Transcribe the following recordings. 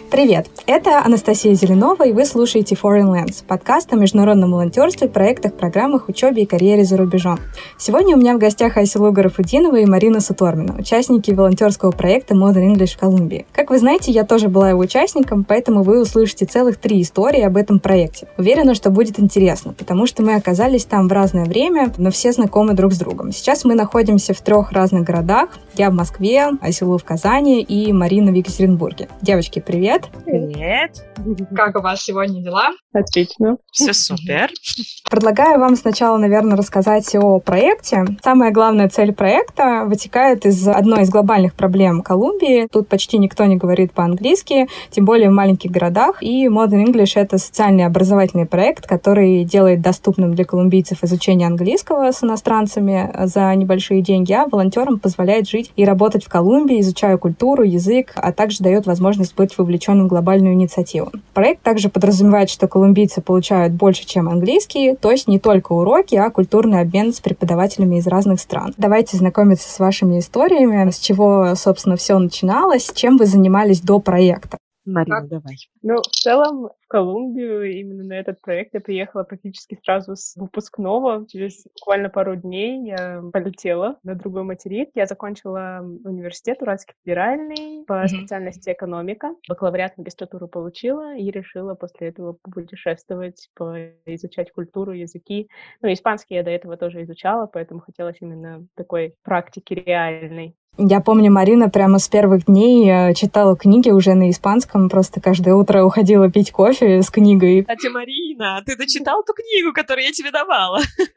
Привет! Это Анастасия Зеленова, и вы слушаете Foreign Lands, подкаст о международном волонтерстве, проектах, программах, учебе и карьере за рубежом. Сегодня у меня в гостях Айсилу Гарафудинова и Марина Сутормина, участники волонтерского проекта Modern English в Колумбии. Как вы знаете, я тоже была его участником, поэтому вы услышите целых 3 истории об этом проекте. Уверена, что будет интересно, потому что мы оказались там в разное время, но все знакомы друг с другом. Сейчас мы находимся в 3 разных городах. Я в Москве, Айсилу в Казани и Марина в Екатеринбурге. Девочки, привет! Привет! Как у вас сегодня дела? Отлично. Все супер. Предлагаю вам сначала, наверное, рассказать о проекте. Самая главная цель проекта вытекает из одной из глобальных проблем Колумбии. Тут почти никто не говорит по-английски, тем более в маленьких городах. И Modern English — это социальный образовательный проект, который делает доступным для колумбийцев изучение английского с иностранцами за небольшие деньги, а волонтерам позволяет жить и работать в Колумбии, изучая культуру, язык, а также дает возможность быть вовлеченным в глобальную инициативу. Проект также подразумевает, что колумбийцы получают больше, чем английский, то есть не только уроки, а культурный обмен с преподавателями из разных стран. Давайте знакомиться с вашими историями, с чего, собственно, все начиналось, чем вы занимались до проекта. Марина, давай. В целом, в Колумбию именно на этот проект я приехала практически сразу с выпускного. Через буквально пару дней я полетела на другой материк. Я закончила университет Уральский федеральный по специальности экономика. Бакалавриат магистратуру получила и решила после этого путешествовать, изучать культуру, языки. Испанский я до этого тоже изучала, поэтому хотелось именно такой практики реальной. Я помню, Марина прямо с первых дней читала книги уже на испанском, просто каждое утро уходила пить кофе с книгой. Кстати, Марина, ты дочитал ту книгу, которую я тебе давала?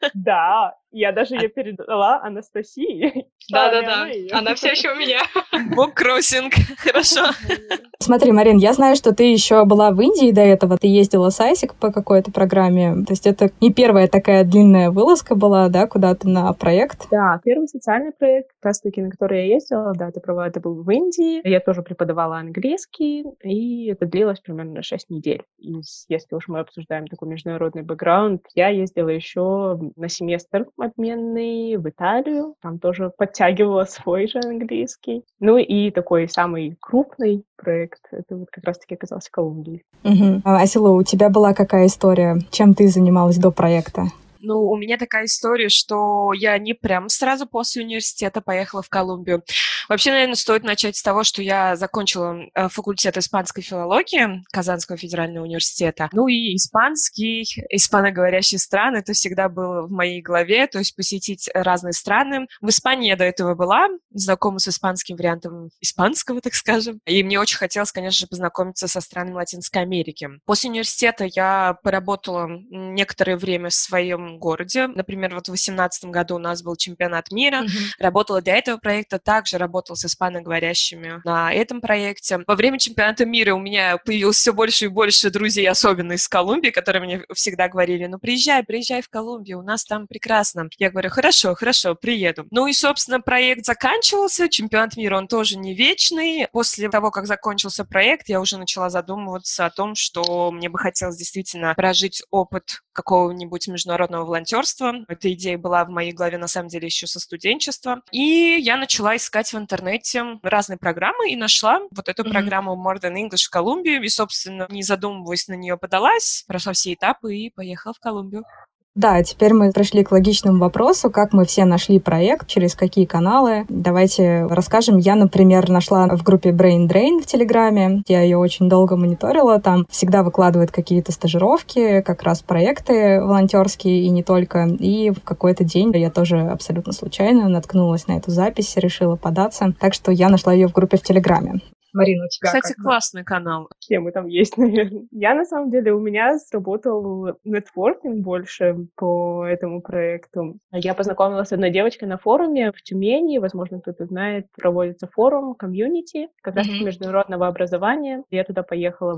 Да, я даже ее передала Анастасии. Да, она все еще у меня. Буккроссинг, хорошо. Смотри, Марин, я знаю, что ты еще была в Индии до этого, ты ездила с Айсик по какой-то программе, то есть это не первая такая длинная вылазка была, да, куда-то на проект? Да, первый социальный проект, как раз-таки, на который я ездила, да, это был в Индии, я тоже преподавала английский, и это длилось примерно 6 недель. И если уж мы обсуждаем такой международный бэкграунд, я ездила еще на семестр обменный в Италию, там тоже подтягивала свой же английский. И такой самый крупный проект, это вот как раз-таки оказался в Колумбии. Айсилу, у тебя была какая история? Чем ты занималась до проекта? У меня такая история, что я не прям сразу после университета поехала в Колумбию. Вообще, наверное, стоит начать с того, что я закончила факультет испанской филологии Казанского федерального университета. И испаноговорящие страны, это всегда было в моей голове, то есть посетить разные страны. В Испании я до этого была, знакома с испанским вариантом испанского, так скажем. И мне очень хотелось, конечно же, познакомиться со странами Латинской Америки. После университета я поработала некоторое время в своем городе. Например, в 2018 году у нас был чемпионат мира. Работала для этого проекта, также работала с испаноговорящими на этом проекте. Во время чемпионата мира у меня появилось все больше и больше друзей, особенно из Колумбии, которые мне всегда говорили: приезжай в Колумбию, у нас там прекрасно. Я говорю: хорошо, приеду. И, собственно, проект заканчивался, чемпионат мира, он тоже не вечный. После того, как закончился проект, я уже начала задумываться о том, что мне бы хотелось действительно прожить опыт какого-нибудь международного волонтерства. Эта идея была в моей голове, на самом деле, еще со студенчества. И я начала искать в интернете разные программы и нашла вот эту программу Modern English в Колумбии. И, собственно, не задумываясь, на нее подалась, прошла все этапы и поехала в Колумбию. Да, теперь мы пришли к логичному вопросу, как мы все нашли проект, через какие каналы. Давайте расскажем. Я, например, нашла в группе Brain Drain в Телеграме. Я ее очень долго мониторила. Там всегда выкладывают какие-то стажировки, как раз проекты волонтерские и не только. И в какой-то день я тоже абсолютно случайно наткнулась на эту запись, решила податься. Так что я нашла ее в группе в Телеграме. Марина, у тебя Кстати, классный канал. Все мы там есть, наверное. На самом деле, у меня сработал нетворкинг больше по этому проекту. Я познакомилась с одной девочкой на форуме в Тюмени. Возможно, кто-то знает, проводится форум комьюнити, как раз международного образования. Я туда поехала в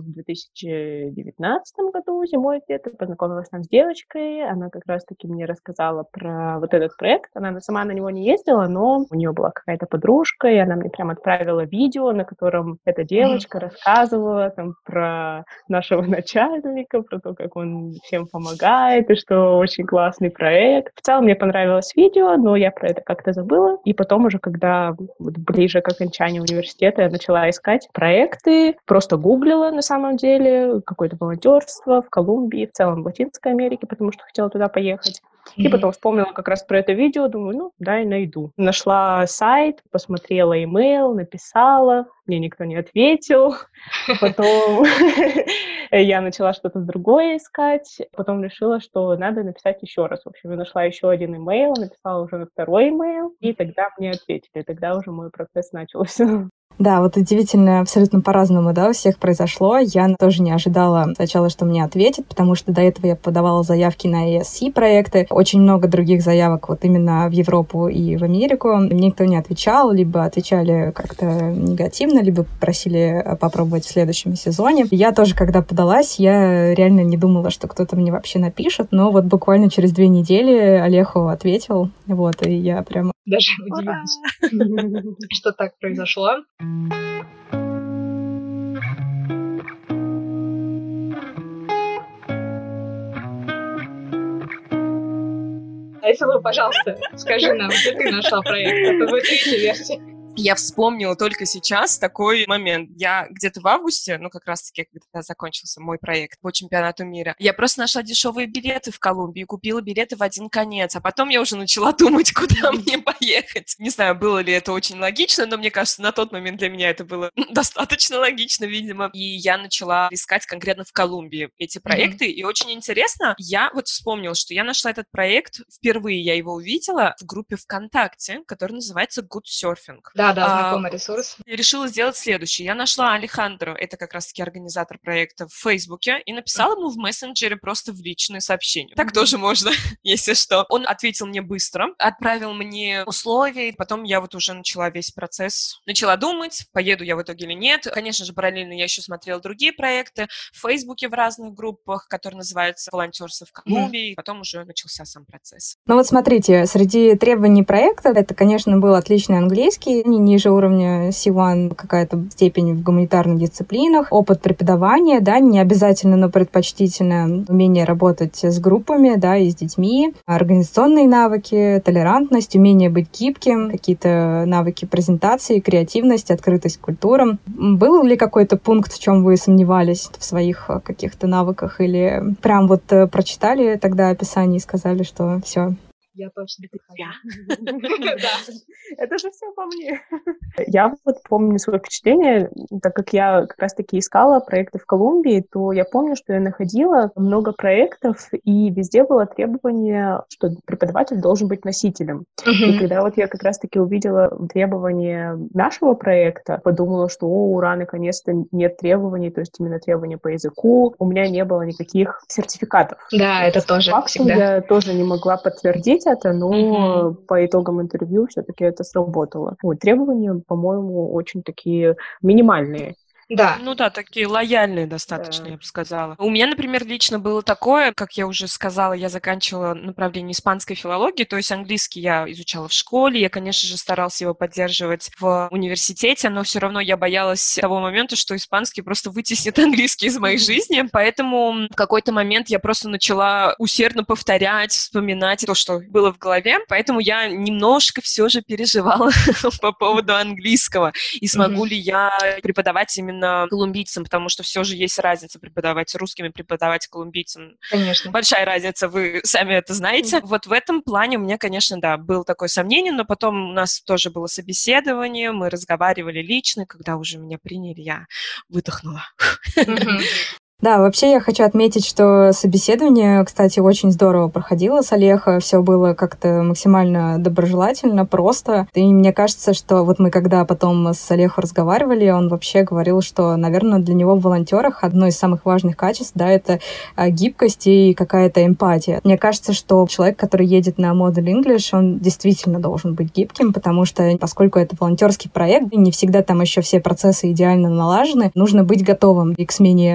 2019 году, зимой где-то, познакомилась там с девочкой. Она как раз-таки мне рассказала про вот этот проект. Она сама на него не ездила, но у нее была какая-то подружка, и она мне прям отправила видео, на котором там эта девочка рассказывала там про нашего начальника, про то, как он всем помогает, и что очень классный проект. В целом мне понравилось видео, но я про это как-то забыла. И потом уже, когда вот ближе к окончанию университета, я начала искать проекты, просто гуглила на самом деле какое-то волонтерство в Колумбии, в целом в Латинской Америке, потому что хотела туда поехать. И потом вспомнила как раз про это видео, думаю, ну, дай найду. Нашла сайт, посмотрела имейл, написала, мне никто не ответил. Потом я начала что-то другое искать, потом решила, что надо написать еще раз. В общем, я нашла еще один имейл, написала уже на второй имейл, и тогда мне ответили. Тогда уже мой процесс начался. Да, вот удивительно, абсолютно по-разному, да, у всех произошло. Я тоже не ожидала сначала, что мне ответят, потому что до этого я подавала заявки на ESC-проекты. Очень много других заявок вот именно в Европу и в Америку. Мне никто не отвечал, либо отвечали как-то негативно, либо просили попробовать в следующем сезоне. Я тоже, когда подалась, я реально не думала, что кто-то мне вообще напишет, но вот буквально через 2 недели Олеху ответил, вот, и я прямо... Даже удивилась, что так произошло. Айсела, пожалуйста, скажи нам, где ты нашла проект? Это будет третья версия. Я вспомнила только сейчас такой момент. Я где-то в августе, ну, как раз-таки, когда закончился мой проект по чемпионату мира, я просто нашла дешевые билеты в Колумбию, купила билеты в один конец, а потом я уже начала думать, куда мне поехать. Не знаю, было ли это очень логично, но мне кажется, на тот момент для меня это было достаточно логично, видимо. И я начала искать конкретно в Колумбии эти проекты, и очень интересно, я вот вспомнила, что я нашла этот проект, впервые я его увидела в группе ВКонтакте, которая называется Good Surfing. Да, знакомый ресурс. Я решила сделать следующее. Я нашла Алехандро, это как раз-таки организатор проекта, в Фейсбуке, и написала ему в мессенджере просто в личные сообщения. Так тоже можно, если что. Он ответил мне быстро, отправил мне условия, и потом я вот уже начала весь процесс, начала думать, поеду я в итоге или нет. Конечно же, параллельно я еще смотрела другие проекты в Фейсбуке в разных группах, которые называются «Волонтерство в Колумбии», потом уже начался сам процесс. Ну вот смотрите, среди требований проекта, это, конечно, был отличный английский, не ниже уровня C1, какая-то степень в гуманитарных дисциплинах, опыт преподавания, да, не обязательно, но предпочтительно умение работать с группами, да, и с детьми, организационные навыки, толерантность, умение быть гибким, какие-то навыки презентации, креативность, открытость к культурам. Был ли какой-то пункт, в чем вы сомневались в своих каких-то навыках, или прям вот прочитали тогда описание и сказали, что все? Я точно Это же все по мне. Я вот помню свое впечатление, так как я как раз-таки искала проекты в Колумбии, то я помню, что я находила много проектов, и везде было требование, что преподаватель должен быть носителем. И когда вот я как раз-таки увидела требования нашего проекта, подумала, что, ура, наконец-то нет требований, то есть именно требования по языку. У меня не было никаких сертификатов. Да, это тоже всегда. Я тоже не могла подтвердить это, но по итогам интервью все-таки это сработало. Требования, по-моему, очень такие минимальные. Да. Ну да, такие лояльные достаточно, я бы сказала. У меня, например, лично было такое, как я уже сказала, я заканчивала направление испанской филологии, то есть английский я изучала в школе, я, конечно же, старалась его поддерживать в университете, но все равно я боялась того момента, что испанский просто вытеснит английский из моей жизни, поэтому в какой-то момент я просто начала усердно повторять, вспоминать то, что было в голове, поэтому я немножко все же переживала по поводу английского, и смогу ли я преподавать именно колумбийцам, потому что все же есть разница преподавать русским и преподавать колумбийцам. Конечно. Большая разница, вы сами это знаете. Вот в этом плане у меня, конечно, да, было такое сомнение, но потом у нас тоже было собеседование, мы разговаривали лично, когда уже меня приняли, я выдохнула. Да, вообще я хочу отметить, что собеседование, кстати, очень здорово проходило с Олехо. Все было как-то максимально доброжелательно, просто. И мне кажется, что вот мы когда потом с Олехо разговаривали, он вообще говорил, что, наверное, для него в волонтерах одно из самых важных качеств, да, это гибкость и какая-то эмпатия. Мне кажется, что человек, который едет на Model English, он действительно должен быть гибким, потому что, поскольку это волонтерский проект, не всегда там еще все процессы идеально налажены, нужно быть готовым и к смене обстоятельств,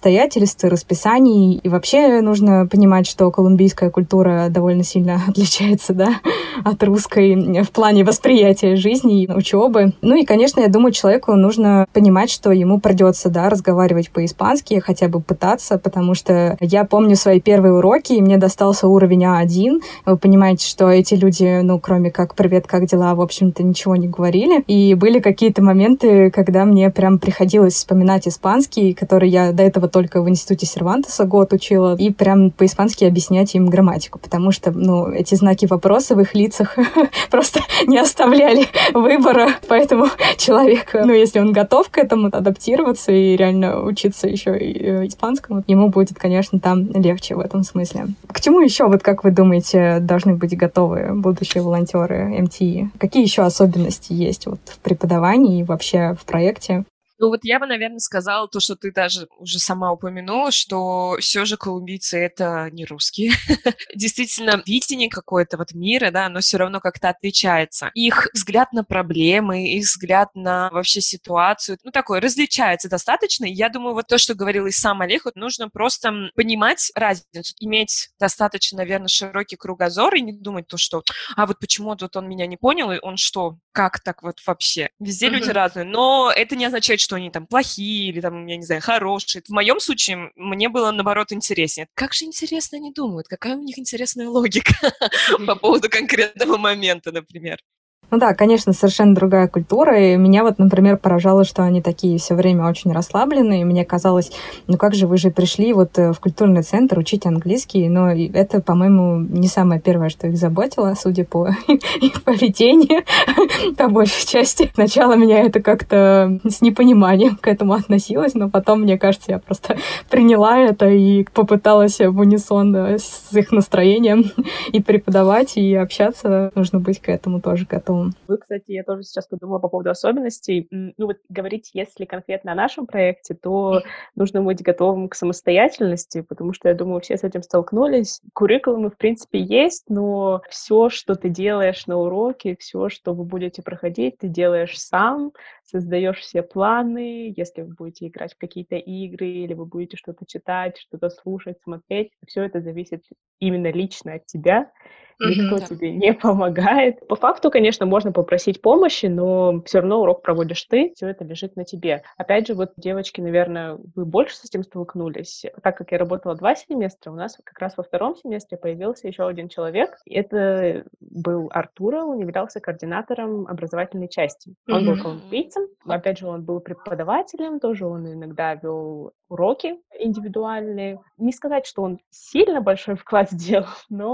обстоятельств, расписаний. И вообще нужно понимать, что колумбийская культура довольно сильно отличается, да, от русской в плане восприятия жизни и учебы. Ну и, конечно, я думаю, человеку нужно понимать, что ему придется, да, разговаривать по-испански, хотя бы пытаться, потому что я помню свои первые уроки, и мне достался уровень А1. Вы понимаете, что эти люди, ну, кроме как «привет, как дела?», в общем-то, ничего не говорили. И были какие-то моменты, когда мне прям приходилось вспоминать испанский, который я до этого только в институте Сервантеса год учила, и прям по-испански объяснять им грамматику, потому что, ну, эти знаки вопроса в их лицах просто не оставляли выбора, поэтому человек, ну, если он готов к этому адаптироваться и реально учиться еще и испанскому, ему будет, конечно, там легче в этом смысле. К чему еще, вот как вы думаете, должны быть готовы будущие волонтеры МТИ? Какие еще особенности есть вот в преподавании и вообще в проекте? Ну вот я бы, наверное, сказала то, что ты даже уже сама упомянула, что все же колумбийцы — это не русские. Действительно, видение какое-то вот мира, да, оно все равно как-то отличается. Их взгляд на проблемы, их взгляд на вообще ситуацию, ну, такой, различается достаточно. И я думаю, вот то, что говорил и сам Олег, вот нужно просто понимать разницу, иметь достаточно, наверное, широкий кругозор и не думать то, что, а вот почему тут он меня не понял, и он что, как так вот вообще? Везде люди разные, но это не означает, что они там плохие или там, я не знаю, хорошие. В моем случае мне было, наоборот, интереснее. Как же интересно они думают, какая у них интересная логика по поводу конкретного момента, например. Ну да, конечно, совершенно другая культура, и меня вот, например, поражало, что они такие все время очень расслабленные, и мне казалось, ну как же вы же пришли вот в культурный центр учить английский, но это, по-моему, не самое первое, что их заботило, судя по их поведению, по большей части. Сначала меня это как-то с непониманием к этому относилось, но потом, мне кажется, я просто приняла это и попыталась в унисон с их настроением и преподавать, и общаться. Нужно быть к этому тоже готовым. Вы, кстати, я тоже сейчас подумала по поводу особенностей. Ну вот говорить, если конкретно о нашем проекте, то нужно быть готовым к самостоятельности, потому что, я думаю, все с этим столкнулись. Куррикулумы, в принципе, есть, но все, что ты делаешь на уроке, все, что вы будете проходить, ты делаешь сам, создаешь все планы. Если вы будете играть в какие-то игры, или вы будете что-то читать, что-то слушать, смотреть, все это зависит именно лично от тебя. Никто тебе не помогает. По факту, конечно, можно попросить помощи, но все равно урок проводишь ты, все это лежит на тебе. Опять же, вот, девочки, наверное, вы больше с этим столкнулись. Так как я работала 2 семестра, у нас как раз во 2-м семестре появился еще один человек. Это был Артура, он являлся координатором образовательной части. Он был колумбийцем, опять же, он был преподавателем, тоже он иногда вел уроки индивидуальные. Не сказать, что он сильно большой вклад сделал, но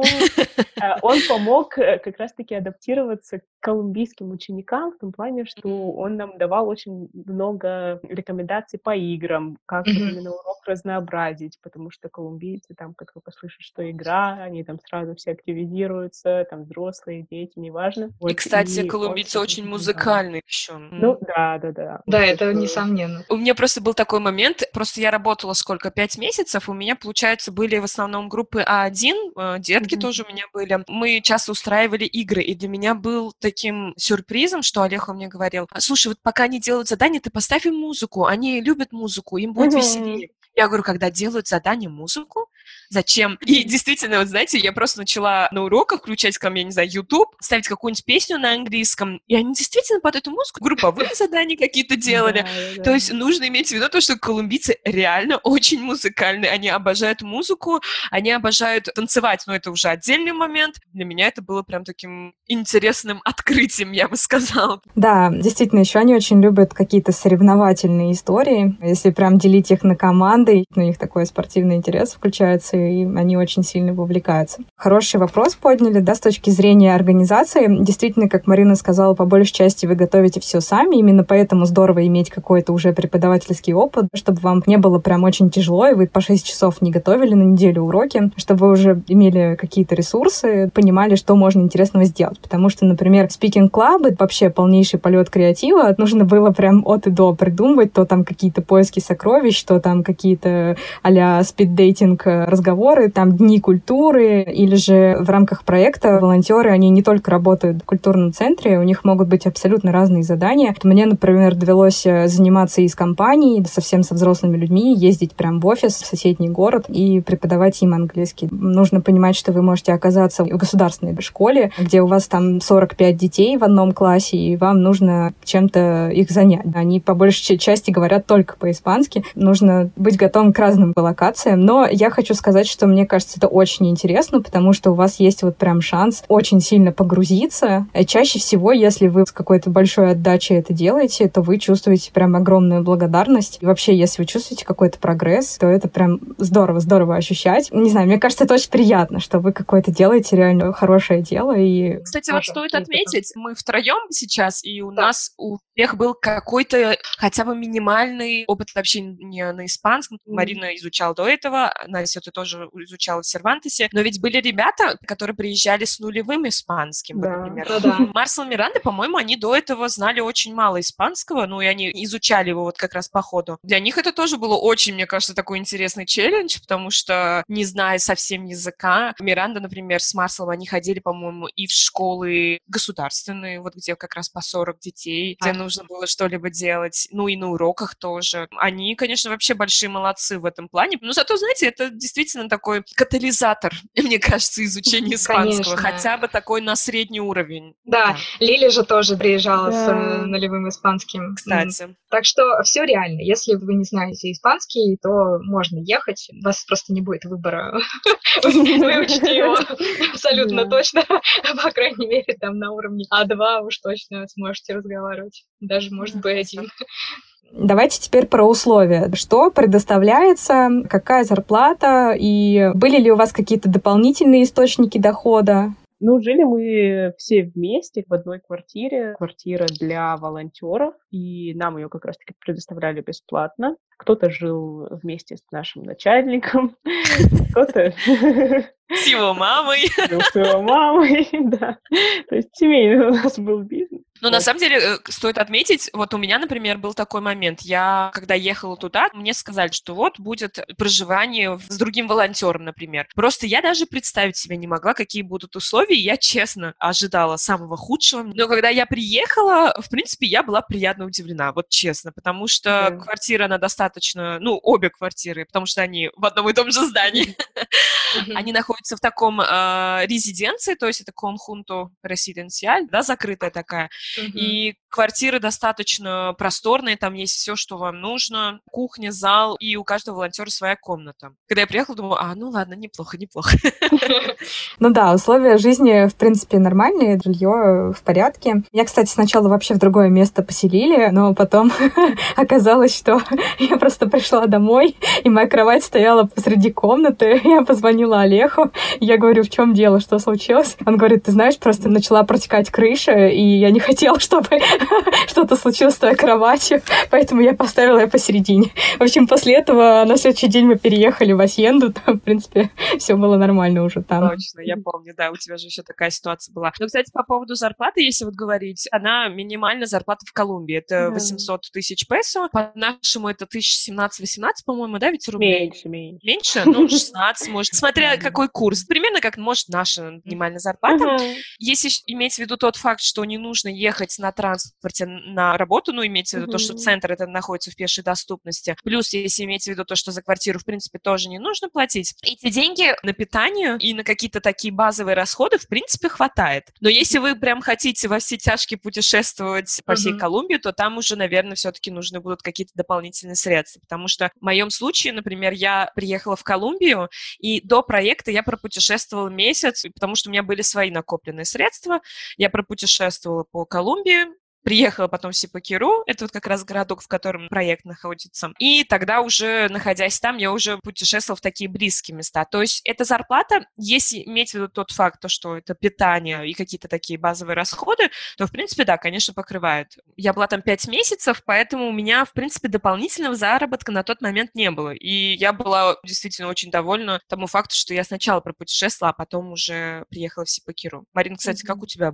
он помог как раз-таки адаптироваться к колумбийским ученикам в том плане, что он нам давал очень много рекомендаций по играм, как именно урок разнообразить, потому что колумбийцы, там, как вы послышите, что игра, они там сразу все активизируются, там взрослые, дети, неважно. И, кстати, колумбийцы очень музыкальные еще. Ну, да. Да, это несомненно. У меня просто был такой момент, просто я работала 5 месяцев, у меня, получается, были в основном группы А1, детки тоже у меня были. Мы часто устраивали игры, и для меня был таким сюрпризом, что Олег мне говорил: слушай, вот пока они делают задания, ты поставь им музыку, они любят музыку, им будет веселее. Я говорю, когда делают задание музыку, зачем? И действительно, вот знаете, я просто начала на уроках включать, там, я не знаю, YouTube, ставить какую-нибудь песню на английском, и они действительно под эту музыку групповые задания какие-то делали. То есть нужно иметь в виду то, что колумбийцы реально очень музыкальные, они обожают музыку, они обожают танцевать, но это уже отдельный момент. Для меня это было прям таким интересным открытием, я бы сказала. Да, действительно, еще они очень любят какие-то соревновательные истории. Если прям делить их на команды, у них такой спортивный интерес включается, и они очень сильно вовлекаются. Хороший вопрос подняли, да, с точки зрения организации. Действительно, как Марина сказала, по большей части вы готовите все сами, именно поэтому здорово иметь какой-то уже преподавательский опыт, чтобы вам не было прям очень тяжело, и вы по 6 часов не готовили на неделю уроки, чтобы вы уже имели какие-то ресурсы, понимали, что можно интересного сделать. Потому что, например, Speaking Club — это вообще полнейший полет креатива. Нужно было прям от и до придумывать, то там какие-то поиски сокровищ, то там какие-то а-ля спиддейтинг, разговоры разговоры, там дни культуры, или же в рамках проекта волонтеры, они не только работают в культурном центре, у них могут быть абсолютно разные задания. Мне, например, довелось заниматься и с компанией, совсем со взрослыми людьми, ездить прям в офис, в соседний город и преподавать им английский. Нужно понимать, что вы можете оказаться в государственной школе, где у вас там 45 детей в одном классе, и вам нужно чем-то их занять. Они по большей части говорят только по-испански. Нужно быть готовым к разным локациям. Но я хочу сказать, что мне кажется, это очень интересно, потому что у вас есть вот прям шанс очень сильно погрузиться. Чаще всего, если вы с какой-то большой отдачей это делаете, то вы чувствуете прям огромную благодарность. И вообще, если вы чувствуете какой-то прогресс, то это прям здорово ощущать. Не знаю, мне кажется, это очень приятно, что вы какое-то делаете реально хорошее дело. И... Кстати, вот стоит отметить, мы втроем сейчас, и у нас у всех был какой-то хотя бы минимальный опыт общения на испанском. Марина изучала до этого, Настя, ты тоже изучала в Сервантесе. Но ведь были ребята, которые приезжали с нулевым испанским, вот, например. Марсел и Миранда, по-моему, они до этого знали очень мало испанского, ну и они изучали его вот как раз по ходу. Для них это тоже было очень, мне кажется, такой интересный челлендж, потому что, не зная совсем языка, Миранда, например, с Марселом, они ходили, по-моему, и в школы государственные, вот где как раз по 40 детей, где нужно было что-либо делать, ну и на уроках тоже. Они, конечно, вообще большие молодцы в этом плане, но зато, знаете, это действительно такой катализатор, мне кажется, изучения испанского, хотя бы такой на средний уровень. Да, Лили же тоже приезжала с нулевым испанским. Кстати. Так что все реально. Если вы не знаете испанский, то можно ехать. У вас просто не будет выбора выучить его абсолютно точно. По крайней мере, там на уровне А2 уж точно сможете разговаривать. Даже, может быть, B1. Давайте теперь про условия. Что предоставляется, какая зарплата, и были ли у вас какие-то дополнительные источники дохода? Ну, жили мы все вместе в одной квартире. Квартира для волонтеров, и нам ее как раз-таки предоставляли бесплатно. Кто-то жил вместе с нашим начальником, кто-то... С его мамой. С его мамой, да. То есть семейный у нас был бизнес. Ну, на самом деле, стоит отметить, вот у меня, например, был такой момент. Я, когда ехала туда, мне сказали, что вот будет проживание с другим волонтером, например. Просто я даже представить себе не могла, какие будут условия. Я, честно, ожидала самого худшего. Но когда я приехала, в принципе, я была приятно удивлена, вот честно, потому что квартира, она достаточно... Ну, обе квартиры, потому что они в одном и том же здании. Они находятся в таком резиденции, то есть это конхунто ресиденциаль, да, закрытая такая. И квартиры достаточно просторные, там есть все, что вам нужно, кухня, зал, и у каждого волонтера своя комната. Когда я приехала, думала, ну ладно, неплохо. Ну да, условия жизни, в принципе, нормальные, жилье в порядке. Я, кстати, сначала вообще в другое место поселили, но потом оказалось, что я просто пришла домой, и моя кровать стояла посреди комнаты. Я позвонила Олегу, я говорю, в чем дело, что случилось? Он говорит, ты знаешь, просто начала протекать крыша, и я не хотела, чтобы что-то случилось с твоей кроватью, поэтому я поставила ее посередине. В общем, после этого на следующий день мы переехали в Асьенду, там, в принципе, все было нормально уже там. Точно, я помню, да, у тебя же еще такая ситуация была. Но, кстати, по поводу зарплаты, если вот говорить, она минимальная зарплата в Колумбии, это 800 тысяч песо, по-нашему это 1017-18, по-моему, да, ведь рублей? Меньше? Ну, 16, может, смотря какой курс. Примерно как, может, наша минимальная зарплата. Если иметь в виду тот факт, что не нужно ехать на транспорте на работу, ну, имеется в виду то, что центр это находится в пешей доступности, плюс если иметь в виду то, что за квартиру, в принципе, тоже не нужно платить, эти деньги на питание и на какие-то такие базовые расходы, в принципе, хватает. Но если вы прям хотите во все тяжкие путешествовать по всей Колумбии, то там уже, наверное, все-таки нужны будут какие-то дополнительные средства, потому что в моем случае, например, я приехала в Колумбию, и до проекта я пропутешествовала месяц, потому что у меня были свои накопленные средства, я пропутешествовала по Колумбии, приехала потом в Сипакиру, это вот как раз городок, в котором проект находится. И тогда уже, находясь там, я уже путешествовала в такие близкие места. То есть эта зарплата, если иметь в виду тот факт, то, что это питание и какие-то такие базовые расходы, то, в принципе, да, конечно, покрывает. Я была там 5 месяцев, поэтому у меня, в принципе, дополнительного заработка на тот момент не было. И я была действительно очень довольна тому факту, что я сначала пропутешествовала, а потом уже приехала в Сипакиру. Марина, кстати, как у тебя было?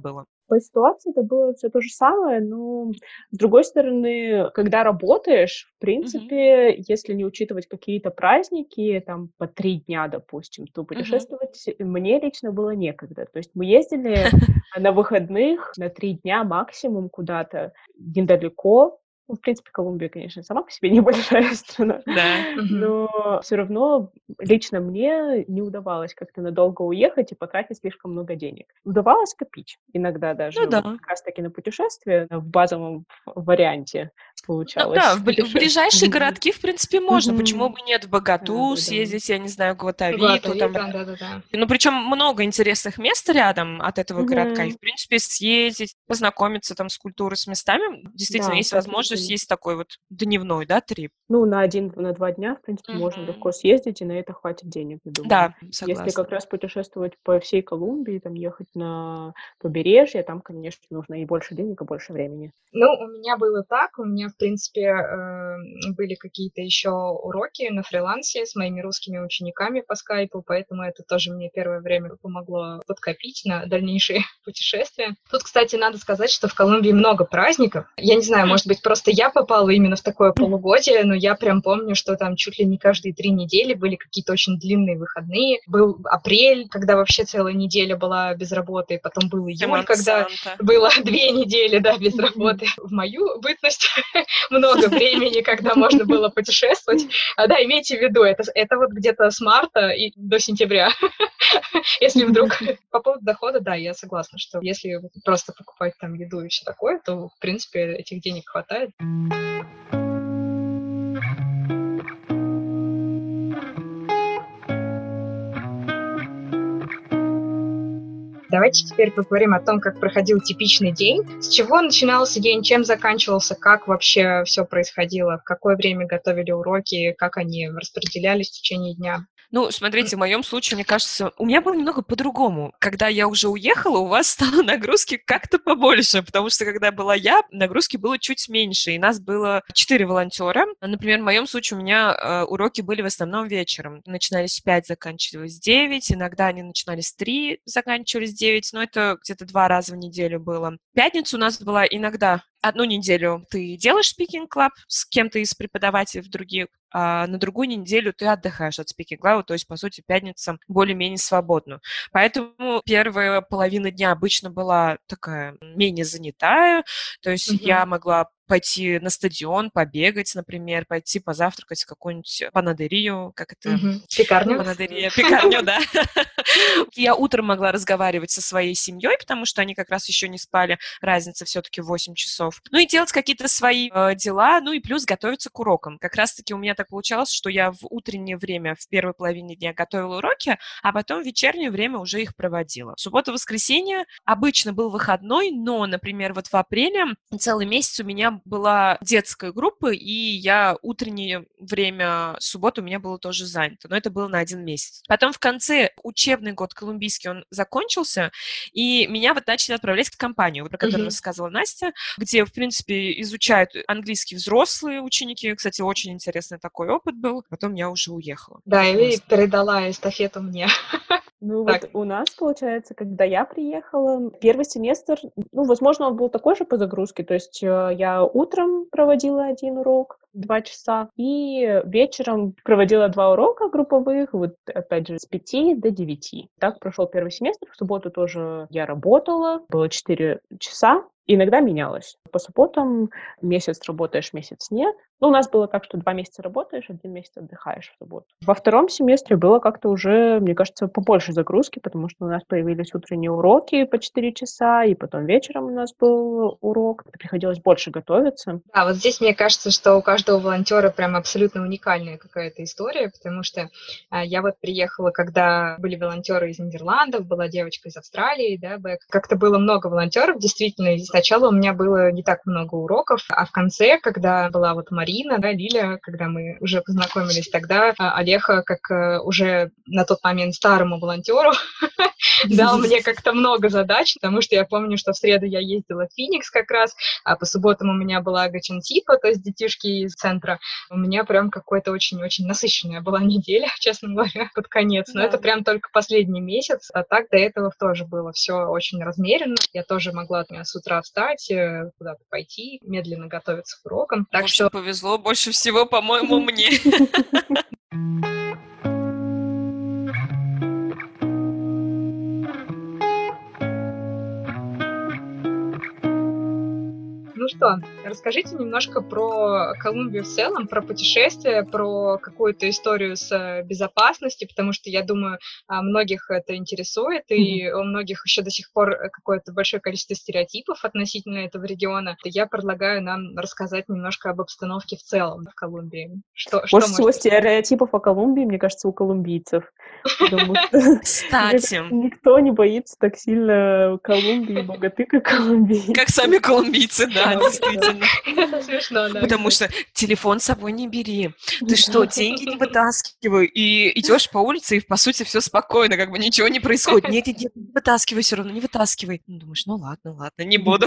По ситуации это было все то же самое, но, с другой стороны, когда работаешь, в Мгм. принципе, если не учитывать какие-то праздники, там, по 3 дня, допустим, то Мгм. путешествовать мне лично было некогда. То есть мы ездили на выходных на 3 дня максимум куда-то недалеко. Ну, в принципе, Колумбия, конечно, сама по себе небольшая страна, Да. Мгм. но все равно лично мне не удавалось как-то надолго уехать и потратить слишком много денег. Удавалось копить иногда Ну даже да. вот как раз таки на путешествия в базовом варианте Ну да, получалось в ближайшие путешествовать. городки, в принципе, можно. Почему Мгм. бы нет? В Боготу Да-да-да. съездить, я не знаю, в Гватавиту, там. Гуатавита, да-да-да. Ну, причем много интересных мест рядом от этого городка. И, Мгм. в принципе, съездить, познакомиться там с культурой, с местами. Действительно, Да, есть так и возможность, было. есть такой вот дневной, да, трип. Ну, на 2 дня, в принципе, можно Мгм. легко съездить, и на это хватит денег, я думаю. Да, Если согласна. как раз путешествовать по всей Колумбии, там ехать на побережье, там, конечно, нужно и больше денег, и больше времени. Ну, у меня было так. У меня, в принципе, были какие-то еще уроки на фрилансе с моими русскими учениками по скайпу, поэтому это тоже мне первое время помогло подкопить на дальнейшие путешествия. Тут, кстати, надо сказать, что в Колумбии много праздников. Я не знаю, М, может быть, просто я попала именно в такое полугодие, но я прям помню, что там чуть ли не каждые 3 недели были какие-то очень длинные выходные. Был апрель, когда вообще целая неделя была без работы, потом был июль, Семана когда Санта. было 2 недели, да, без Мгм. работы. В мою бытность много времени, когда можно было путешествовать. Да, имейте в виду, это вот где-то с марта и до сентября. Если вдруг по поводу дохода, да, я согласна, что если просто покупать там еду и все такое, то, в принципе, этих денег хватает. Давайте теперь поговорим о том, как проходил типичный день. С чего начинался день, чем заканчивался, как вообще все происходило, в какое время готовили уроки, как они распределялись в течение дня. Ну, смотрите, в моем случае, мне кажется, у меня было немного по-другому. Когда я уже уехала, у вас стало нагрузки как-то побольше, потому что когда была я, нагрузки было чуть меньше, и нас было 4 волонтера. Например, в моем случае у меня уроки были в основном вечером. Начинались в 5, заканчивались в 9, иногда они начинались в 3, заканчивались в 9, но это где-то 2 раза в неделю было. В пятницу у нас была иногда одну неделю ты делаешь speaking club с кем-то из преподавателей других, а на другую неделю ты отдыхаешь от speaking club, то есть, по сути, пятница более-менее свободна. Поэтому первая половина дня обычно была такая менее занятая, то есть я Мгм. могла пойти на стадион, побегать, например, пойти позавтракать в какую-нибудь панадерию, как это, Мгм. Пекарню. панадерия, пекарню, да. Я утром могла разговаривать со своей семьей, потому что они как раз еще не спали, разница все-таки 8 часов. Ну и делать какие-то свои дела, ну и плюс готовиться к урокам. Как раз-таки у меня так получалось, что я в утреннее время, в первой половине дня готовила уроки, а потом в вечернее время уже их проводила. Суббота-воскресенье обычно был выходной, но, например, вот в апреле целый месяц у меня была детская группа, и я утреннее время субботы у меня было тоже занято, но это было на 1 месяц. Потом в конце учебный год колумбийский, он закончился, и меня вот начали отправлять в компанию, про которую Мгм. рассказывала Настя, где, в принципе, изучают английский взрослые ученики. Кстати, очень интересный такой опыт был. Потом я уже уехала. Да, и Классно. передала эстафету мне. Ну Так. вот у нас, получается, когда я приехала, первый семестр, ну, возможно, он был такой же по загрузке, то есть я утром проводила 1 урок, 2 часа, и вечером проводила 2 урока групповых, вот опять же с 5 до 9. Так прошел первый семестр. В субботу тоже я работала, было 4 часа. Иногда менялось. По субботам месяц работаешь, месяц нет. Ну, у нас было так, что 2 месяца работаешь, 1 месяц отдыхаешь в субботу. Во втором семестре было как-то уже, мне кажется, побольше загрузки, потому что у нас появились утренние уроки по 4 часа, и потом вечером у нас был урок. Приходилось больше готовиться. Да, вот здесь мне кажется, что у каждого волонтера прям абсолютно уникальная какая-то история, потому что я вот приехала, когда были волонтеры из Нидерландов, была девочка из Австралии, да, как-то было много волонтеров, действительно, и сначала у меня было не так много уроков, а в конце, когда была вот Марина, да, Лиля, когда мы уже познакомились, тогда Олега, как уже на тот момент старому волонтеру, дал мне как-то много задач, потому что я помню, что в среду я ездила в Феникс как раз, а по субботам у меня была Гачантипа, то есть детишки из центра. У меня прям какой-то очень-очень насыщенная была неделя, честно говоря, под конец. Но это прям только последний месяц, а так до этого тоже было все очень размеренно. Я тоже могла с утра встать, куда-то пойти, медленно готовиться к урокам. Так в общем, что повезло больше всего, по-моему, мне. Ну что, расскажите немножко про Колумбию в целом, про путешествия, про какую-то историю с безопасностью, потому что, я думаю, многих это интересует, и у многих еще до сих пор какое-то большое количество стереотипов относительно этого региона. Я предлагаю нам рассказать немножко об обстановке в целом в Колумбии. Больше всего стереотипов о Колумбии, мне кажется, у колумбийцев. Кстати. Никто не боится так сильно Колумбии, богаты, как колумбийцы. Как сами колумбийцы, да, действительно. Это смешно, да. Потому что телефон с собой не бери. Ты что, деньги не вытаскивай. И идешь по улице, и, по сути, все спокойно, как бы ничего не происходит. Нет, не вытаскивай все равно, не вытаскивай. Думаешь, ладно, не буду.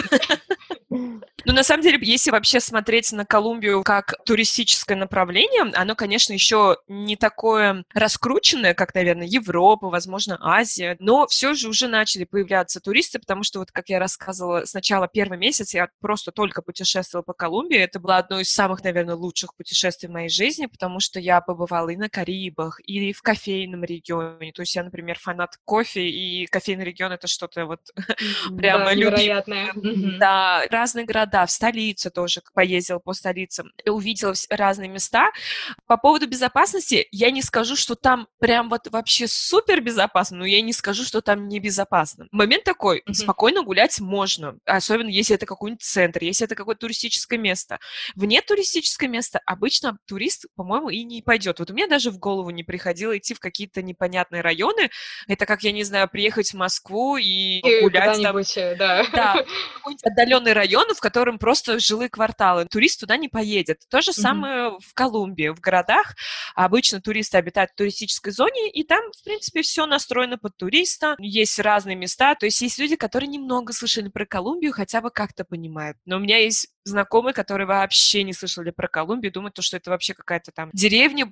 Ну, на самом деле, если вообще смотреть на Колумбию как туристическое направление, оно, конечно, еще не такое раскрученное, как, наверное, Европа, возможно, Азия, но все же уже начали появляться туристы, потому что, вот как я рассказывала, сначала первый месяц я просто только путешествовала по Колумбии. Это было одно из самых, наверное, лучших путешествий в моей жизни, потому что я побывала и на Карибах, и в кофейном регионе. То есть я, например, фанат кофе, и кофейный регион — это что-то вот прямо невероятное. Да, разные города, в столице тоже поездила по столицам, увидела разные места. По поводу безопасности я не скажу, что там прям вот вообще супер безопасно, но я не скажу, что там небезопасно. Момент такой, спокойно гулять можно, особенно если это какой-нибудь центр, если это какое-то туристическое место. Вне туристическое место обычно турист, по-моему, и не пойдет. Вот у меня даже в голову не приходило идти в какие-то непонятные районы. Это как, я не знаю, приехать в Москву и гулять там. Да. Да, какой-нибудь отдаленный район, в котором просто жилые кварталы. Турист туда не поедет. То же самое в Колумбии. В городах обычно туристы обитают в туристической зоне, и там, в принципе, все настроено под туриста. Есть разные места. То есть есть люди, которые немного слышали про Колумбию, хотя бы как-то понимают. Но у меня есть знакомые, которые вообще не слышали про Колумбию, думают, что это вообще какая-то там деревня,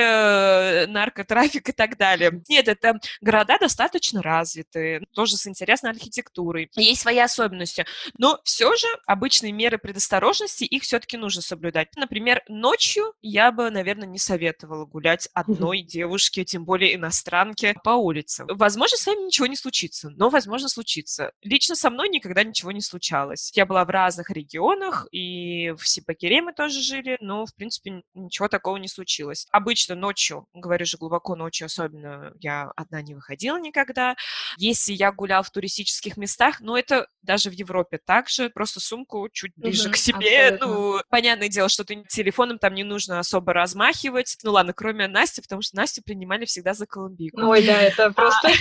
поле, наркотрафик и так далее. Нет, это города достаточно развитые, тоже с интересной архитектурой. Есть свои особенности, но все же обычные меры предосторожности, их все-таки нужно соблюдать. Например, ночью я бы, наверное, не советовала гулять одной девушке, тем более иностранке, по улице. Возможно, с вами ничего не случится, но, возможно, случится. Лично со мной никогда ничего не случалось. Я была в разных регионах, и в Сипакере мы тоже жили, но, в принципе, ничего такого не случилось. Обычно ночью, говорю же, глубоко ночью особенно, я одна не выходила никогда. Если я гуляла в туристических местах, но это даже в Европе также, просто сумку чуть ближе к себе. Абсолютно. Ну, понятное дело, что ты телефоном там не нужно особо размахивать. Ну ладно, кроме Насти, потому что Настю принимали всегда за колумбийку. Ой, да, это просто...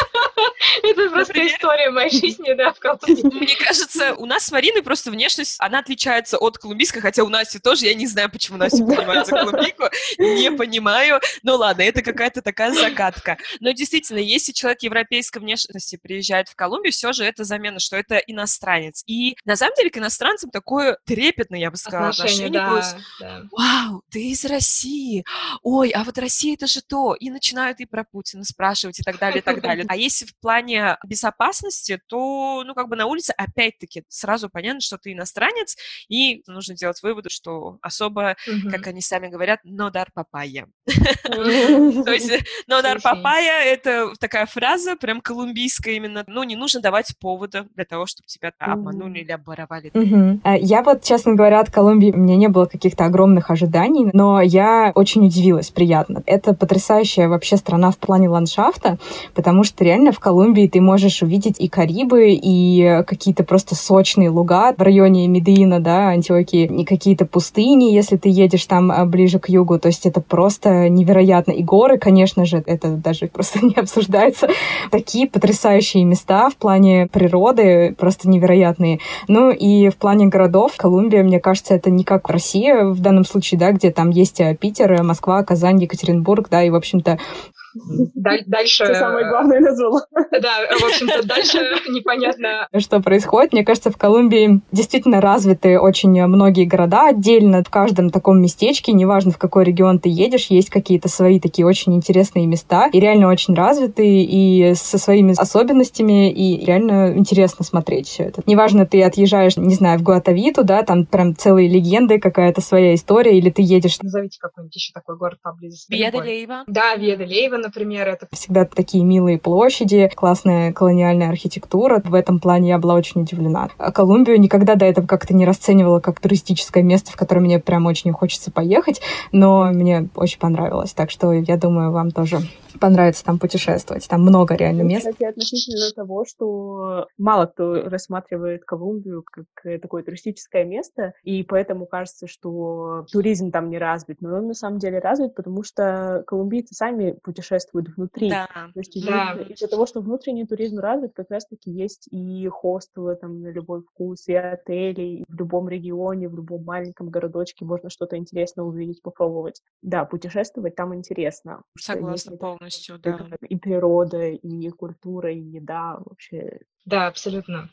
Это просто история моей жизни, да, в Колумбии. Мне кажется, у нас с Мариной просто внешность, она отличается от колумбийской, хотя у Насти тоже, я не знаю, почему Настю принимают за колумбийку, не понимаю. Ну ладно, это какая-то такая загадка. Но действительно, если человек европейской внешности приезжает в Колумбию, все же это замена, что это иностранец. И на самом деле к иностранцам такое трепетное, я бы сказала, отношение. Да. Вау, ты из России. Ой, а вот Россия — это же то. И начинают и про Путина спрашивать и так далее, и так далее. А если в плане безопасности, то, ну, как бы на улице, опять-таки, сразу понятно, что ты иностранец, и нужно делать выводы, что особо, как они сами говорят, no dar papaya. То есть no dar papaya — это такая фраза, прям колумбийская именно. Ну, не нужно давать повода для того, чтобы тебя обманули или обворовали. Я вот, честно говоря, от Колумбии у меня не было каких-то огромных ожиданий, но я очень удивилась, приятно. Это потрясающая вообще страна в плане ландшафта, потому что реально в Колумбии ты можешь увидеть и Карибы, и какие-то просто сочные луга в районе Медеина, да, Антиохии, и какие-то пустыни, если ты едешь там ближе к югу. То есть это просто невероятно. И горы, конечно же, это даже просто не обсуждается. Такие потрясающие места в плане природы, просто невероятные. Ну и в плане городов Колумбия, мне кажется, это не как Россия в данном случае, да, где там есть Питер, Москва, Казань, Екатеринбург, да, и, в общем-то, Дальше... Ты самое главное назвала. Да, в общем-то, дальше непонятно. Что происходит. Мне кажется, в Колумбии действительно развиты очень многие города отдельно. В каждом таком местечке, неважно, в какой регион ты едешь, есть какие-то свои такие очень интересные места. И реально очень развитые, и со своими особенностями, и реально интересно смотреть все это. Неважно, ты отъезжаешь, не знаю, в Гуатавиту, да, там прям целые легенды, какая-то своя история, или ты едешь... Назовите какой-нибудь еще такой город поблизости. Виа-де-Лейва. Да, Виа-де-Лейва, например, это... Всегда такие милые площади, классная колониальная архитектура. В этом плане я была очень удивлена. А Колумбию никогда до этого как-то не расценивала как туристическое место, в которое мне прям очень хочется поехать, но мне очень понравилось. Так что я думаю, вам тоже понравится там путешествовать. Там много реально мест. Кстати, относительно того, что мало кто рассматривает Колумбию как такое туристическое место, и поэтому кажется, что туризм там не развит. Но он на самом деле развит, потому что колумбийцы сами путешествуют внутри. Да. То есть из-за того, что внутренний туризм развит, как раз-таки есть и хостелы там на любой вкус, и отели, и в любом регионе, в любом маленьком городочке можно что-то интересное увидеть, попробовать. Да, путешествовать там интересно. Согласна полностью, да. И природа, и культура, и еда вообще. Да, абсолютно.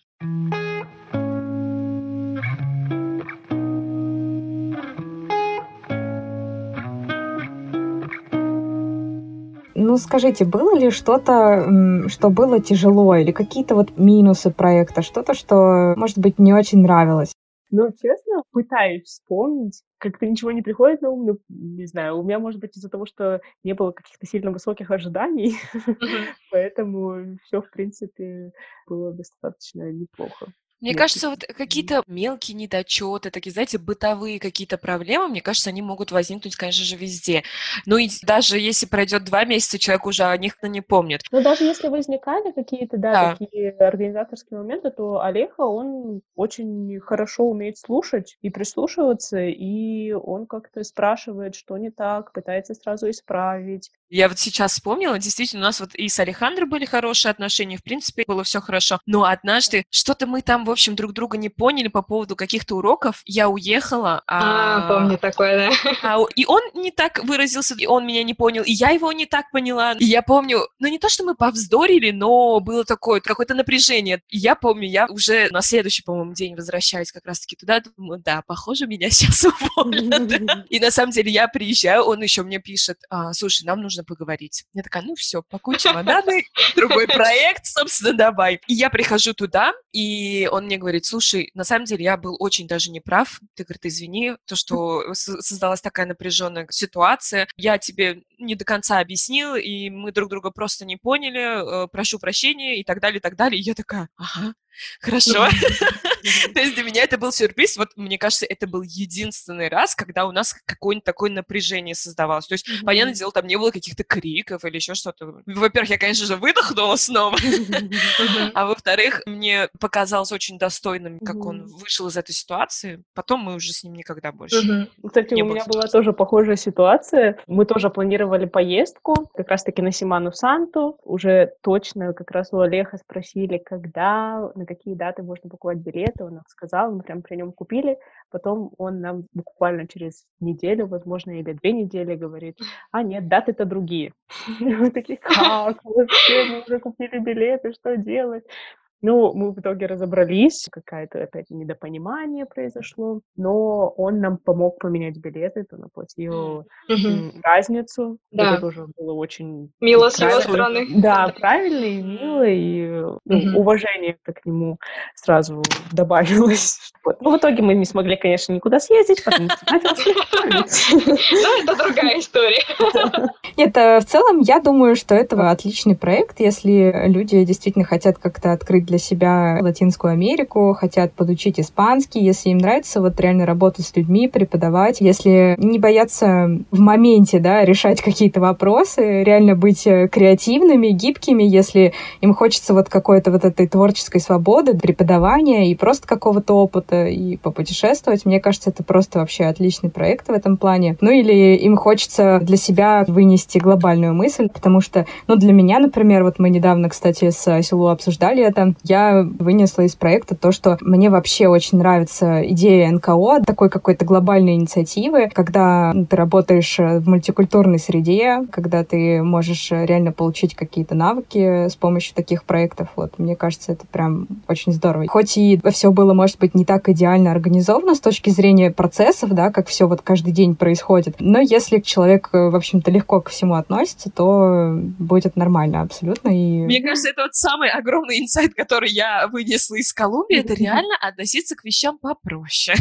Ну, скажите, было ли что-то, что было тяжело, или какие-то вот минусы проекта, что-то, что, может быть, не очень нравилось? Ну, честно, пытаюсь вспомнить. Как-то ничего не приходит на ум, ну, не знаю. У меня, может быть, из-за того, что не было каких-то сильно высоких ожиданий, поэтому все, в принципе, было достаточно неплохо. Мне кажется, вот какие-то мелкие недочеты, такие, знаете, бытовые какие-то проблемы, мне кажется, они могут возникнуть, конечно же, везде. Ну и даже если пройдет 2 месяца, человек уже о них не помнит. Ну, даже если возникали какие-то, такие организаторские моменты, то Алехо, он очень хорошо умеет слушать и прислушиваться, и он как-то спрашивает, что не так, пытается сразу исправить. Я вот сейчас вспомнила, действительно, у нас вот и с Алехандро были хорошие отношения, в принципе, было все хорошо. Но однажды что-то мы там, в общем, друг друга не поняли по поводу каких-то уроков. Я уехала. Помню такое, да. И он не так выразился, и он меня не понял, и я его не так поняла. И я помню, ну не то, что мы повздорили, но было такое, какое-то напряжение. И я помню, я уже на следующий, по-моему, день возвращаюсь как раз-таки туда, думаю, да, похоже, меня сейчас уволят. И на самом деле я приезжаю, он еще мне пишет, слушай, нам нужно поговорить. Я такая, ну все, пакуй чемоданы, другой проект, собственно, давай. И я прихожу туда, и он мне говорит, слушай, на самом деле я был очень даже неправ. Ты, говорит, извини, то, что создалась такая напряженная ситуация. Я тебе не до конца объяснил, и мы друг друга просто не поняли, прошу прощения и так далее, и так далее. И я такая, ага, хорошо. То есть для меня это был сюрприз. Вот, мне кажется, это был единственный раз, когда у нас какое-нибудь такое напряжение создавалось. То есть, понятное дело, там не было каких-то криков или еще что-то. Во-первых, я, конечно же, выдохнула снова. А во-вторых, мне показалось очень достойным, как он вышел из этой ситуации. Потом мы уже с ним никогда больше Кстати, у меня была тоже похожая ситуация. Мы тоже планировали поездку, как раз-таки на Семану-Санту. Уже точно как раз у Олега спросили, когда, на какие даты можно покупать билеты. Он нам сказал, мы прям при нем купили. Потом он нам буквально через неделю, возможно, или 2 недели говорит, нет, даты-то другие. Мы такие, как? Вообще, мы уже купили билеты, что делать? Ну, мы в итоге разобрались, какое-то опять недопонимание произошло, но он нам помог поменять билеты, он оплатил разницу. Да. Это тоже было очень... Мило с его стороны. Да, правильно и мило, и уважение к нему сразу добавилось. Ну, в итоге мы не смогли, конечно, никуда съездить, потому что Ну, это другая история. Нет, в целом, я думаю, что это отличный проект, если люди действительно хотят как-то открыть для себя Латинскую Америку, хотят подучить испанский, если им нравится вот реально работать с людьми, преподавать, если не бояться в моменте, да, решать какие-то вопросы, реально быть креативными, гибкими, если им хочется вот какой-то вот этой творческой свободы, преподавания и просто какого-то опыта, и попутешествовать, мне кажется, это просто вообще отличный проект в этом плане. Ну или им хочется для себя вынести глобальную мысль, потому что, ну для меня, например, вот мы недавно, кстати, с Асилу обсуждали это, Я вынесла из проекта то, что мне вообще очень нравится идея НКО, такой какой-то глобальной инициативы, когда ты работаешь в мультикультурной среде, когда ты можешь реально получить какие-то навыки с помощью таких проектов. Вот, мне кажется, это прям очень здорово. Хоть и все было, может быть, не так идеально организовано с точки зрения процессов, да, как все вот каждый день происходит, но если человек, в общем-то, легко ко всему относится, то будет нормально абсолютно. И... Мне кажется, это вот самый огромный инсайт, который я вынесла из Колумбии, это реально относиться к вещам попроще.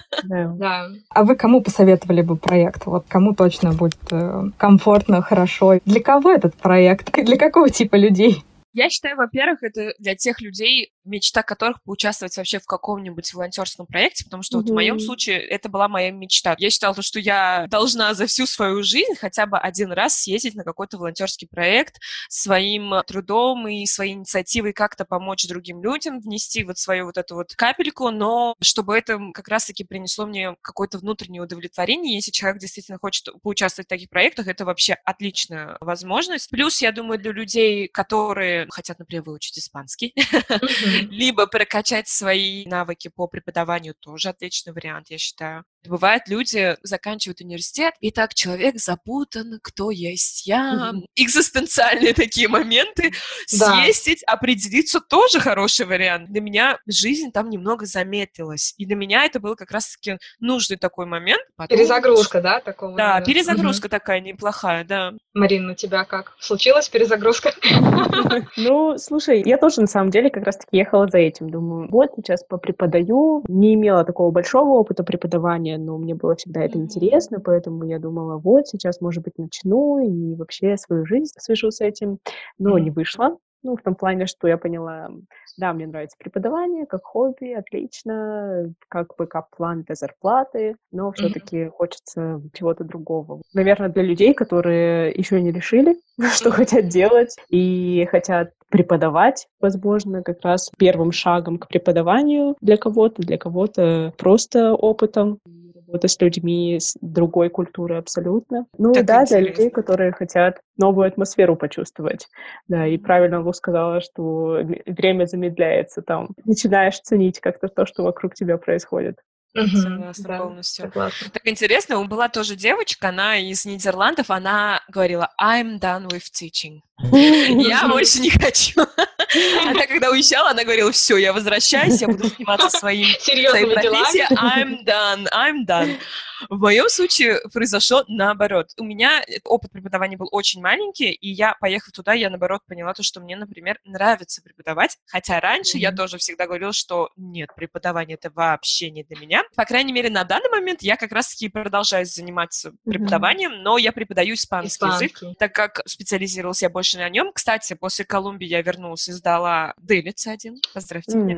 Да. А вы кому посоветовали бы проект? Вот кому точно будет комфортно, хорошо? Для кого этот проект? Для какого типа людей? Я считаю, во-первых, это для тех людей, мечта которых поучаствовать вообще в каком-нибудь волонтерском проекте, потому что вот в моем случае это была моя мечта. Я считала, что я должна за всю свою жизнь хотя бы один раз съездить на какой-то волонтерский проект, своим трудом и своей инициативой как-то помочь другим людям, внести вот свою вот эту вот капельку, но чтобы это как раз-таки принесло мне какое-то внутреннее удовлетворение. Если человек действительно хочет поучаствовать в таких проектах, это вообще отличная возможность. Плюс, я думаю, для людей, которые хотят, например, выучить испанский, либо прокачать свои навыки по преподаванию, тоже отличный вариант, я считаю. Бывает, люди заканчивают университет, и так человек запутан, кто есть я. Экзистенциальные такие моменты. Съездить, определиться тоже хороший вариант. Для меня жизнь там немного замедлилась. И для меня это был как раз-таки нужный такой момент. Перезагрузка, да, такого? Да, перезагрузка такая неплохая, да. Марин, у тебя как? Случилась перезагрузка? Ну, слушай, я тоже на самом деле как раз-таки ехала за этим. Думаю, вот сейчас попреподаю. Не имела такого большого опыта преподавания, но мне было всегда это интересно, поэтому я думала, вот сейчас, может быть, начну и вообще свою жизнь свяжу с этим. Но не вышло. Ну, в том плане, что я поняла, да, мне нравится преподавание как хобби, отлично, как бэкап-план для зарплаты, но все-таки хочется чего-то другого. Наверное, для людей, которые еще не решили, что хотят делать, и хотят преподавать, возможно, как раз первым шагом к преподаванию для кого-то просто опытом. Работа с людьми с другой культуры абсолютно. Ну Так да, интересно. для людей, которые хотят новую атмосферу почувствовать. Да, и правильно Лу сказала, что время замедляется там. Начинаешь ценить как-то то, что вокруг тебя происходит. Согласна полностью. Согласна. Так интересно, была тоже девочка, она из Нидерландов, она говорила «I'm done with teaching». Я больше не хочу. Она когда уезжала, она говорила, все, я возвращаюсь, я буду заниматься своей профессией. I'm done. В моем случае произошло наоборот. У меня опыт преподавания был очень маленький, и я, поехав туда, я, наоборот, поняла то, что мне, например, нравится преподавать. Хотя раньше я тоже всегда говорила, что нет, преподавание — это вообще не для меня. По крайней мере, на данный момент я как раз-таки продолжаю заниматься преподаванием, но я преподаю испанский язык, так как специализировалась я больше на нем. Кстати, после Колумбии я вернулась и сдала DELIT C1. Поздравьте меня.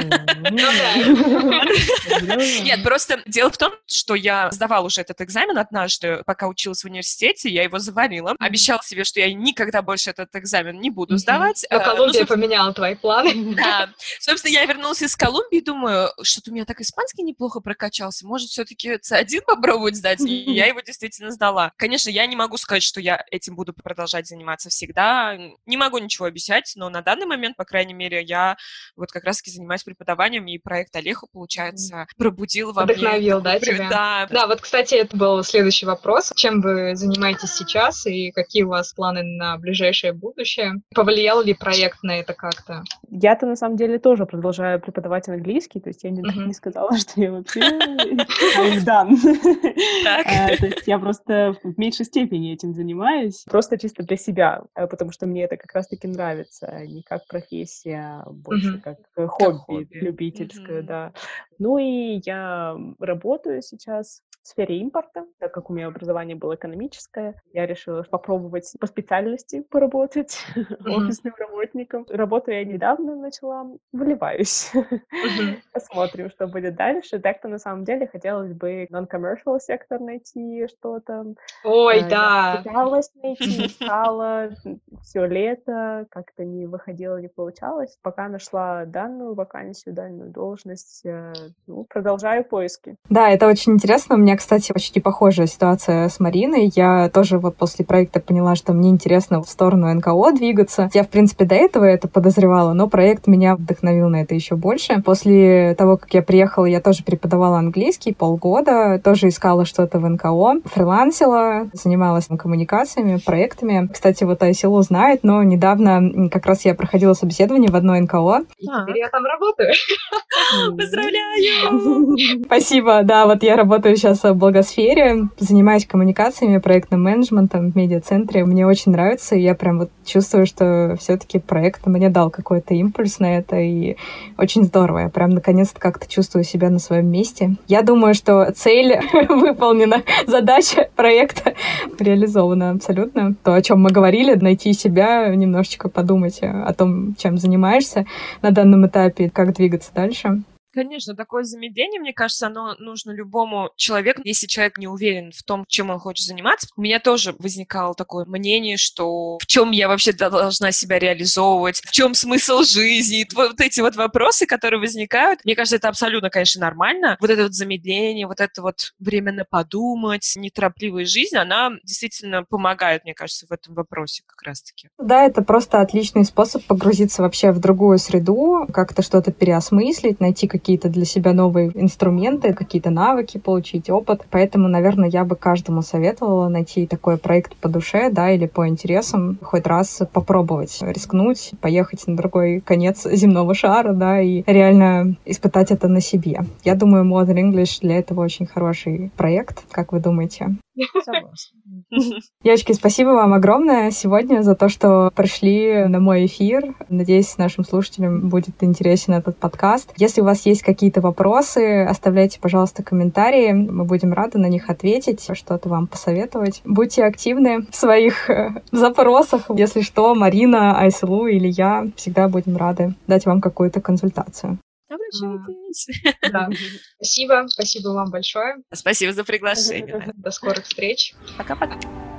Нет, просто дело в том, что я сдавала уже этот экзамен однажды, пока училась в университете, я его завалила. Обещала себе, что я никогда больше этот экзамен не буду сдавать. Но Колумбия поменяла твои планы. Да. Собственно, я вернулась из Колумбии, думаю, что-то у меня так испанский неплохо прокачался, может, все-таки C1 попробовать сдать? И я его действительно сдала. Конечно, я не могу сказать, что я этим буду продолжать заниматься всегда. Не могу ничего обещать, но на данный момент, по крайней мере, я вот как раз-таки занимаюсь преподаванием, и проект Олеху, получается, пробудил во мне. Вдохновил, да, тебя? Да, вот, кстати, это был следующий вопрос. Чем вы занимаетесь сейчас и какие у вас планы на ближайшее будущее? Повлиял ли проект на это как-то? Я-то, на самом деле, тоже продолжаю преподавать английский, то есть я не сказала, что я вообще I'm done. То есть я просто в меньшей степени этим занимаюсь, просто чисто для себя, потому что мне это как раз-таки нравится, не как профессия, больше как хобби любительское, да. Ну и я работаю сейчас в сфере импорта, так как у меня образование было экономическое. Я решила попробовать по специальности поработать офисным работником. Работу я недавно начала, выливаюсь. Посмотрим, что будет дальше. Так-то на самом деле хотелось бы non-commercial сектор найти что-то. Ой, да. Я пыталась найти, искала все лето, как-то не выходило, не получалось. Пока нашла данную вакансию, данную должность, продолжаю поиски. Да, это очень интересно. У меня меня, кстати, почти похожая ситуация с Мариной. Я тоже вот после проекта поняла, что мне интересно в сторону НКО двигаться. Я, в принципе, до этого это подозревала, но проект меня вдохновил на это еще больше. После того, как я приехала, я тоже преподавала английский полгода, тоже искала что-то в НКО, фрилансила, занималась коммуникациями, проектами. Кстати, вот Айсилу знает, но недавно как раз я проходила собеседование в одно НКО. И теперь я там работаю. Поздравляю! Спасибо, да, вот я работаю сейчас в благосфере, занимаюсь коммуникациями, проектным менеджментом в медиацентре. Мне очень нравится, и я прям вот чувствую, что все-таки проект мне дал какой-то импульс на это, и очень здорово. Я прям наконец-то как-то чувствую себя на своем месте. Я думаю, что цель выполнена, задача проекта реализована абсолютно. То, о чем мы говорили, найти себя, немножечко подумать о том, чем занимаешься на данном этапе, как двигаться дальше. Конечно, такое замедление, мне кажется, оно нужно любому человеку, если человек не уверен в том, чем он хочет заниматься. У меня тоже возникало такое мнение, что в чем я вообще должна себя реализовывать, в чем смысл жизни, вот эти вот вопросы, которые возникают. Мне кажется, это абсолютно, конечно, нормально. Вот это вот замедление, вот это вот временно подумать, неторопливая жизнь, она действительно помогает, мне кажется, в этом вопросе как раз-таки. Да, это просто отличный способ погрузиться вообще в другую среду, как-то что-то переосмыслить, найти какие-то для себя новые инструменты, какие-то навыки, получить опыт. Поэтому, наверное, я бы каждому советовала найти такой проект по душе, да, или по интересам, хоть раз попробовать, рискнуть, поехать на другой конец земного шара, да, и реально испытать это на себе. Я думаю, Modern English для этого очень хороший проект. Как вы думаете? Согласна. Девочки, спасибо вам огромное сегодня за то, что пришли на мой эфир. Надеюсь, нашим слушателям будет интересен этот подкаст. Если у вас есть какие-то вопросы, оставляйте, пожалуйста, комментарии. Мы будем рады на них ответить, что-то вам посоветовать. Будьте активны в своих запросах. Если что, Марина, Айсилу или я всегда будем рады дать вам какую-то консультацию. Обращайтесь. Да. Спасибо вам большое. Спасибо за приглашение. До скорых встреч. Пока-пока.